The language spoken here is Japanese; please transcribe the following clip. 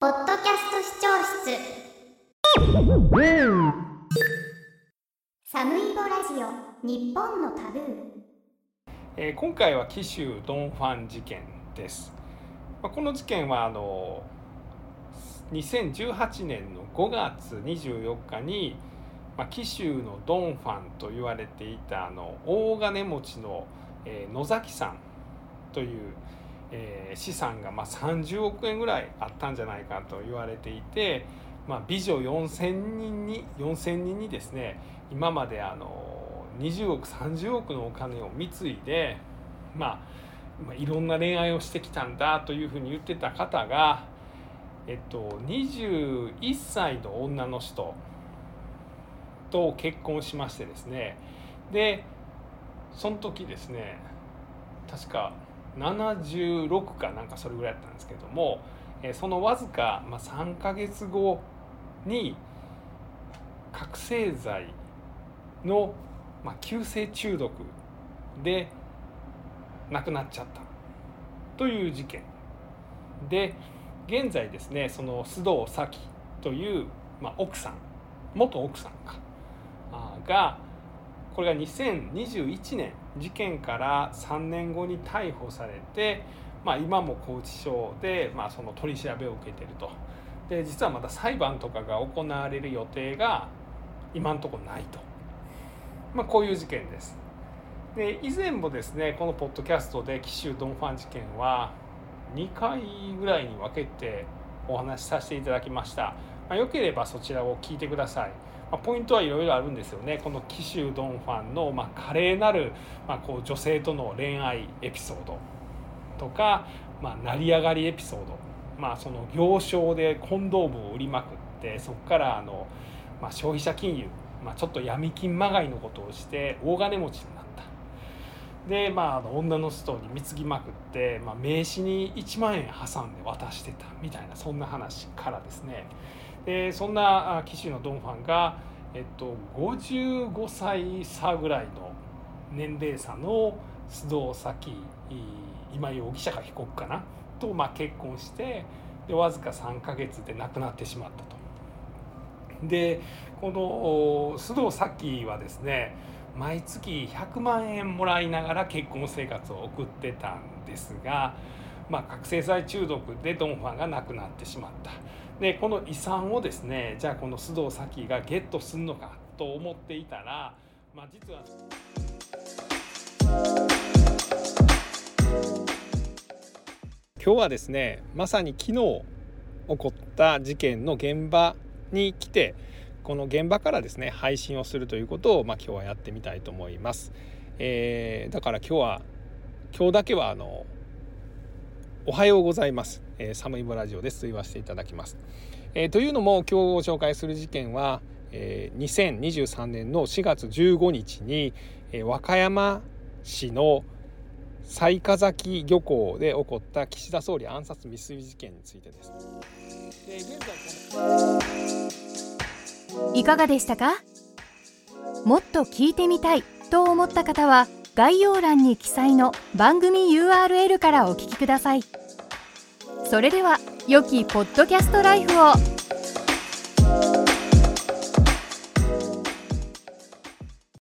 ポッドキャスト視聴室サムイボラジオ日本のタブー。今回は紀州ドンファン事件です。この事件は2018年の5月24日に紀州のドンファンと言われていた大金持ちの野崎さんという資産が30億円ぐらいあったんじゃないかと言われていて、美女4000人にですね、今まで20億30億のお金を貢いで、いろんな恋愛をしてきたんだというふうに言ってた方が、21歳の女の人と結婚しましてですね、でその時ですね、確か76かなんかそれぐらいだったんですけども、そのわずか3ヶ月後に覚醒剤の急性中毒で亡くなっちゃったという事件で、現在ですね、その須藤早貴という元奥さんがこれが2021年事件から3年後に逮捕されて、今も拘置所で、その取り調べを受けていると。で実はまだ裁判とかが行われる予定が今のところないと、こういう事件です。で以前もですね、このポッドキャストで紀州ドンファン事件は2回ぐらいに分けてお話しさせていただきました。よければそちらを聞いてください。ポイントはいろいろあるんですよね。この紀州ドンファンの華麗なる女性との恋愛エピソードとか、成り上がりエピソード、その行商でコンドームを売りまくって、そこから消費者金融、ちょっと闇金まがいのことをして大金持ちになった。で女の人に貢ぎまくって、名刺に1万円挟んで渡してたみたいな、そんな話からですね、そんな紀州のドンファンが、55歳差ぐらいの年齢差の須藤早貴今容疑者か被告かなと結婚して、でわずか3ヶ月で亡くなってしまったと。でこの須藤早貴はですね、毎月100万円もらいながら結婚生活を送ってたんですが、覚醒剤中毒でドンファンが亡くなってしまった。でこの遺産をですね、じゃあこの須藤早貴がゲットするのかと思っていたら、実は今日はですね、まさに昨日起こった事件の現場に来て、この現場からですね配信をするということを今日はやってみたいと思います。だから今日だけはおはようございます、サムイボラジオですと言わせていただきます。というのも今日ご紹介する事件は、2023年の4月15日に、和歌山市の雑賀崎漁港で起こった岸田総理暗殺未遂事件についてです。 いかがでしたか？もっと聞いてみたいと思った方は概要欄に記載の番組 URL からお聞きください。それでは良きポッドキャストライフを。